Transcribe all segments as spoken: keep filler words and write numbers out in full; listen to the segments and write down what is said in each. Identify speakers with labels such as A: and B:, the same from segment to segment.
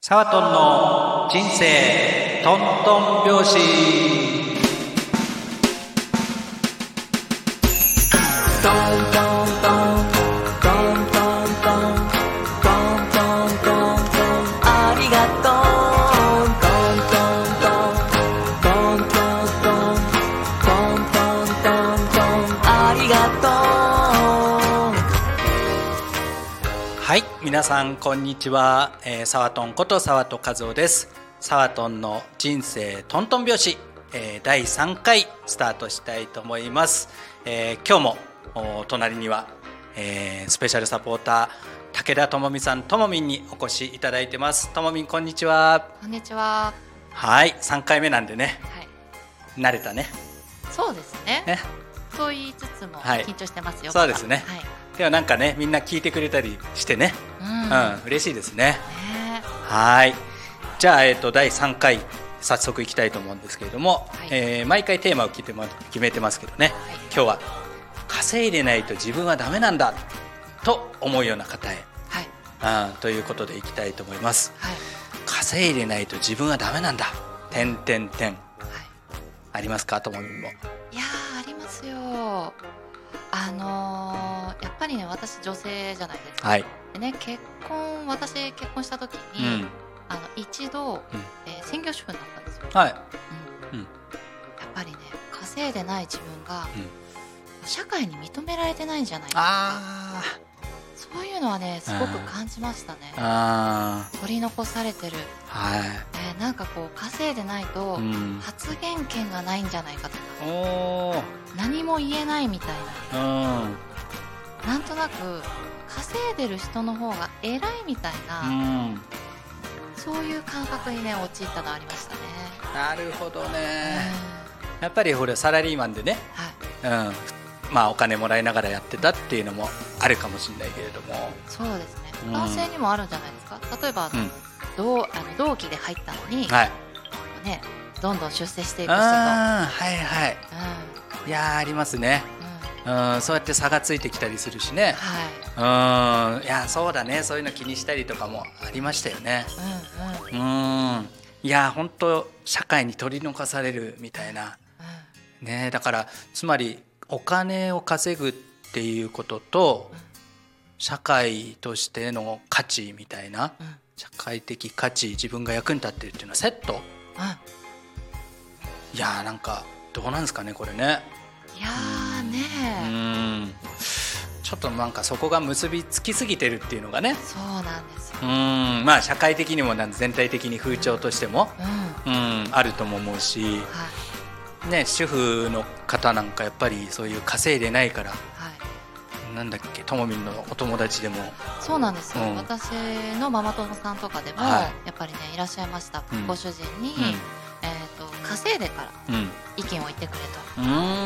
A: サワトンの人生トントン拍子。
B: トントントントントントントントントントンありがとうトントントントントントントントントントンありがとう。
A: はい、皆さんこんにちは、えー、サワトンこと沢戸和夫です。サワトンの人生トントン拍子、えー、だいさんかいスタートしたいと思います。えー、今日もお隣には、えー、スペシャルサポーター武田智美さん、ともみんにお越しいただいてます。ともみん、こんにちは。
C: こんにちは。
A: はい、さんかいめなんでね、
C: はい、
A: 慣れたね。
C: そうですね。
A: ね、
C: そう言いつつも
A: はい
C: 緊張してますよ。
A: そうですね、
C: はい、
A: ではなんかね、みんな聞いてくれたりしてね、
C: うん、
A: うん、嬉しいですね。
C: ね、
A: はい、じゃあ、えーと、だいさんかい早速いきたいと思うんですけれども、
C: はい、
A: えー、毎回テーマを決めて、決めてますけどね、はい、今日は稼いでないと自分はダメなんだと思うような方へ、はい、うん、ということでいきたいと思います。はい、稼いでないと自分はダメなんだ、点点点、はい、ありますか、ともみも。
C: いやー、ありますよ。あのー、やっぱりね、私女性じゃないですか。はい、でね、結婚私結婚した時に、うん、あの一度、うん、えー、専業主婦になったんですよ。はい、うんうん、やっぱりね、稼いでない自分が、うん、社会に認められてないんじゃないか、あ、そういうのはね、すごく感じましたね。あ、取り残されてる、はい、えー、なんかこう稼いでないと発言権がないんじゃないかとか、うん、何も言えないみたいな、うん、なんとなく稼いでる人の方が偉いみたいな、うん、そういう感覚にね、陥ったのありましたね。
A: なるほどね、うん、やっぱりほらサラリーマンでね、はい、うん、まあ、お金もらいながらやってたっていうのもあるかもしれないけれども。そうですね、
C: うん、男性にもあるんじゃないですか。例えば、うん、同, あの同期で入ったのに、はい、ね、どんどん出世していく人と、
A: あ、はいはい、うん、いやありますね、うん、うん、そうやって差がついてきたりするしね、はい、うん、いやそうだね、そういうの気にしたりとかもありましたよね。うん、うん、うん、いや本当社会に取り残されるみたいな、うん、ね、だからつまりお金を稼ぐっていうことと、うん、社会としての価値みたいな、うん、社会的価値、自分が役に立ってるっていうのはセット、うん、いやーなんかどうなんですかねこれね。
C: いやーね、うん、
A: ちょっとなんかそこが結びつきすぎてるっていうのがね。
C: そうなんですよ。
A: うん、まあ社会的にも全体的に風潮としても、うんうん、あるとも思うし、はい、ね、主婦の方なんかやっぱりそういう稼いでないから、はい、なんだっけ、ともみんのお友達でも。
C: そうなんですよ、うん、私のママ友さんとかでも、はい、やっぱりねいらっしゃいました、うん、ご主人に、うん、えー、と稼いでから意見を言ってくれと、うん、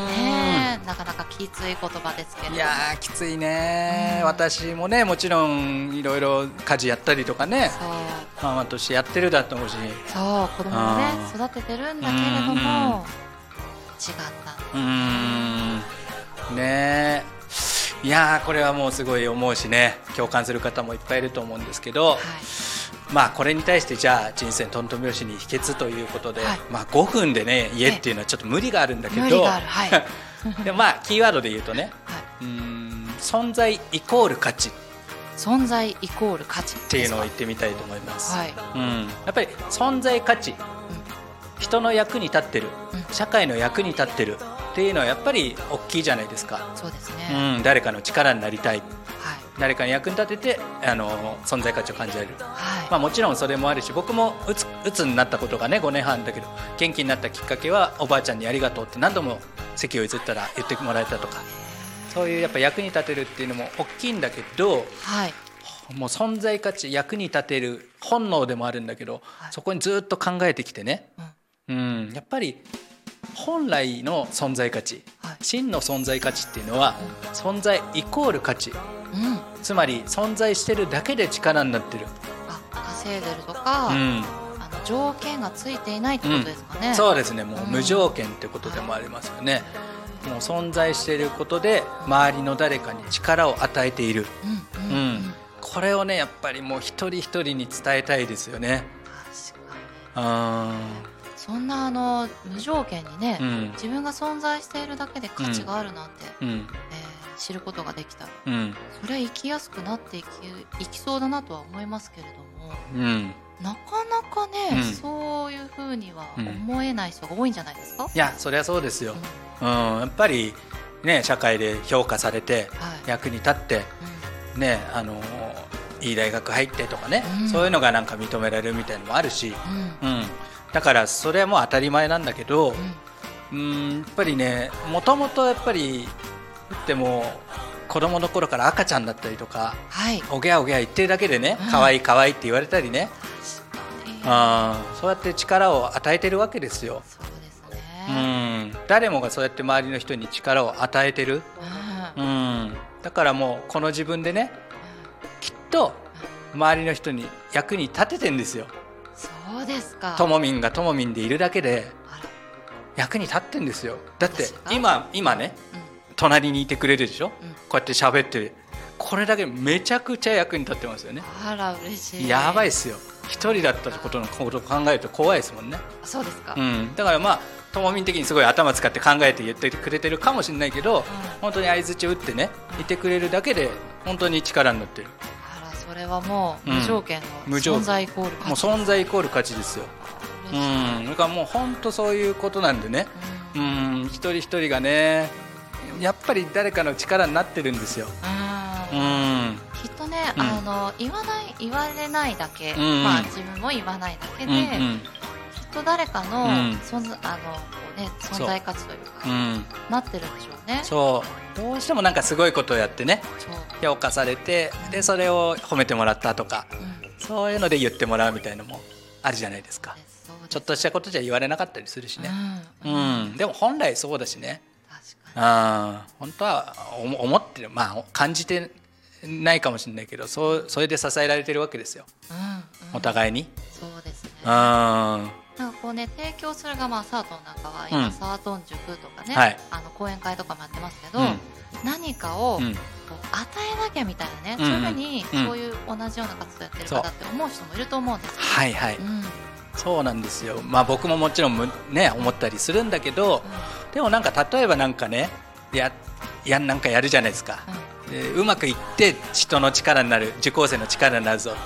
C: ね、なかなかきつい言葉ですけど。
A: いやーきついね、うん、私もねもちろんいろいろ家事やったりとかね、ママとしてやってるだと思うし、
C: そう子供をね育ててるんだけれども、違った。うー
A: ん、ねえ、いやこれはもうすごい思うしね、共感する方もいっぱいいると思うんですけど、はい、まあこれに対してじゃあ人生トントン拍子に秘訣ということで、はい、まあごふんでね言えっていうのはちょっと無理があるんだけど、無理がある、はい、でもまあキーワードで言うとね、はい、うーん、存在イコール価値、
C: 存在イコール価値
A: っていうのを言ってみたいと思います、はい、うん、やっぱり存在価値、人の役に立ってる、うん、社会の役に立ってるっていうのはやっぱり大きいじゃないですか。
C: そうですね、
A: うん、誰かの力になりたい、はい、誰かに役に立ててあの存在価値を感じられる、はい、まあ、もちろんそれもあるし、僕もうつ、うつになったことがねごねんはんだけど、元気になったきっかけはおばあちゃんにありがとうって何度も席を譲ったら言ってもらえたとか、そういうやっぱ役に立てるっていうのも大きいんだけど、はい、もう存在価値、役に立てる本能でもあるんだけど、はい、そこにずっと考えてきてね、うん、うん、やっぱり本来の存在価値、はい、真の存在価値っていうのは、うん、存在イコール価値、うん、つまり存在してるだけで力になってる、
C: あ、稼いでるとか、うん、あの条件がついていないってことですかね、
A: うん、そうですね、もう無条件ってことでもありますよね、うん、もう存在していることで周りの誰かに力を与えている、うんうんうん、ここれをねやっぱりもう一人一人に伝えたいですよね。
C: 確かに。そんなあの無条件にね、うん、自分が存在しているだけで価値があるなんて、うんえー、知ることができたら、うん、それは生きやすくなっていき、いきそうだなとは思いますけれども、うん、なかなかね、うん、そういうふうには思えない人が多いんじゃないですか。
A: いやそりゃそうですよ、うんうん、やっぱり、ね、社会で評価されて、はい、役に立って、うんね、あのいい大学入ってとかね、うん、そういうのがなんか認められるみたいなのもあるし、うんうんだからそれはもう当たり前なんだけど、うん、うんやっぱりねもともとやっぱりでも子供の頃から赤ちゃんだったりとか、はい、おぎゃおぎゃ言ってるだけでね、うん、かわいいかわいいって言われたりね、あそうやって力を与えてるわけですよ。
C: そうですね、
A: うん、誰もがそうやって周りの人に力を与えてる、うんうん、だからもうこの自分でね、うん、きっと周りの人に役に立ててんですよ。
C: そうですか。
A: ともみんがともみんでいるだけで役に立ってんですよ。だって今今ね、うん、隣にいてくれるでしょ、うん、こうやって喋ってるこれだけめちゃくちゃ役に立ってますよね。
C: あら嬉しい。
A: やばいですよ。一人だったことのことを考えると怖いですもんね。
C: そうですか、
A: うん、だからまあともみん的にすごい頭使って考えて言ってくれてるかもしれないけど、うん、本当に相槌を打ってねいてくれるだけで本当に力になってる。
C: それはもう無条件の存在イコール価値、
A: うん、もう存在イコール価値ですよ。うん、だからもう本当そういうことなんでね、うん、うん一人一人がねやっぱり誰かの力になってるんですよ。うん、うん、
C: きっとね、うん、あの言わない言われないだけ、うんまあ、自分も言わないだけで、うんうん、きっと誰かの、うん、存, あのこう、ね、存在価値というか、うん、なってるんでしょうね。
A: そうどうしてもなんかすごいことをやってね評価されてでそれを褒めてもらったとか、うん、そういうので言ってもらうみたいなのもあるじゃないですか。ちょっとしたことじゃ言われなかったりするしね、うんうん、でも本来そうだしね。
C: 確かに。
A: あ本当は思ってる、まあ、感じてないかもしれないけど そ, それで支えられてるわけですよ、うんうん、お互いに。
C: そうですね。
A: うんなん
C: かこうね提供する側サートンなんかは今、うん、サートン塾とかね、はい、あの講演会とかもやってますけど、うん、何かを、うん与えなきゃみたいなね、うんうん、そういうふうに、うん、そういう同じような活動やってる方って思う人もいると思うんですよ。
A: はいはい、うん、そうなんですよ。まあ僕ももちろんね思ったりするんだけど、うん、でもなんか例えばなんかねややなんかやるじゃないですか、うん、でうまくいって人の力になる受講生の力になるぞ、はい、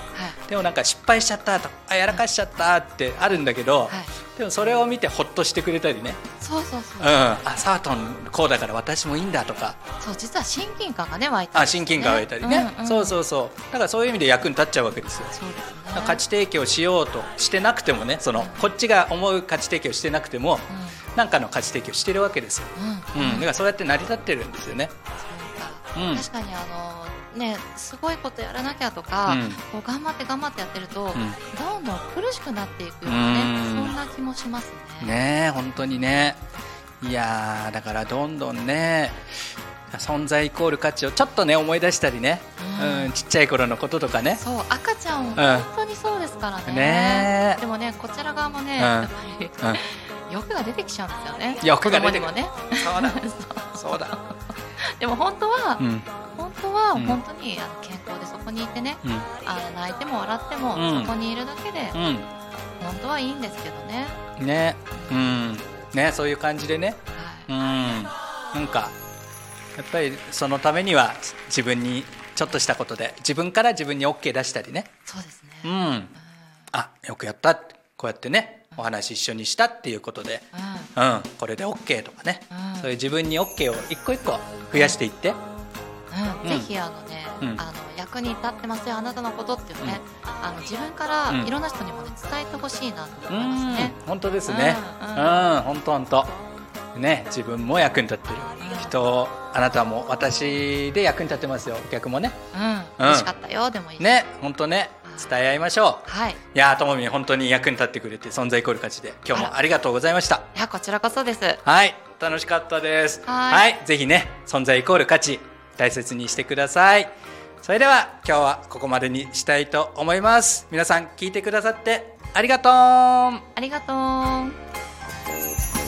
A: でもなんか失敗しちゃったとあやらかしちゃったってあるんだけど、はい、でもそれを見てほっとしてくれたりね。
C: そうそうそう、
A: うん、あサートンこうだから私もいいんだとか。
C: そう実は親近感がね湧いたり、ね、
A: あ親近感湧いたりね、うんうん、そうそうそうだからそういう意味で役に立っちゃうわけですよ。
C: そうですね。
A: 価値提供しようとしてなくてもねその、うん、こっちが思う価値提供してなくても、うん、なんかの価値提供してるわけですよ、うんうん、だからそうやって成り立ってるんですよね。
C: そうか、うん、確かにあのねすごいことやらなきゃとか、うん、こう頑張って頑張ってやってると、うん、どんどん苦しくなっていくようなね、うん、そんな気もしますね。
A: ねえ本当にね。いやだからどんどんね存在イコール価値をちょっとね思い出したりね、うんうん、ちっちゃい頃のこととかね。
C: そう赤ちゃん本当にそうですからね、うん、ねでもねこちら側もね、うん、やっぱり、うん、欲が出てきちゃうんですよね。
A: 欲が出てくる。
C: 子供にもね
A: そうだそうだ
C: でも本当は、うん、本当は本当にあの健康でそこにいてね、うん、あの泣いても笑っても、うん、そこにいるだけで、うん、本当はいいんですけどね。
A: ねうんねそういう感じでね、はい、うんなんかやっぱりそのためには自分にちょっとしたことで自分から自分に OK 出したりね。
C: そうですね、
A: うん、あよくやったこうやってねお話一緒にしたっていうことで、うんうん、これで OK とかね、うん、そういう自分に OK を一個一個増やしていって、
C: うんうん、ぜひあのね、うん、あの役に立ってますよあなたのことっていうね、うん、あの自分からいろんな人にも、ね、伝えてほしいなと思いますね。
A: うん、本当ですね、うんうんうん、本当本当ね自分も役に立ってる、うん、人あなたも私で役に立ってますよお客もね、
C: うんうん、嬉しかったよでもいいし
A: ね本当ね伝え合いましょう、
C: はい、
A: いやともみん本当に役に立ってくれて存在イコール価値で今日もありがとうございました。
C: いやこちらこそです。
A: はい楽しかったです。
C: はい、
A: はい、ぜひね存在イコール価値大切にしてください。それでは今日はここまでにしたいと思います。皆さん聞いてくださってありがとう
C: ありがとう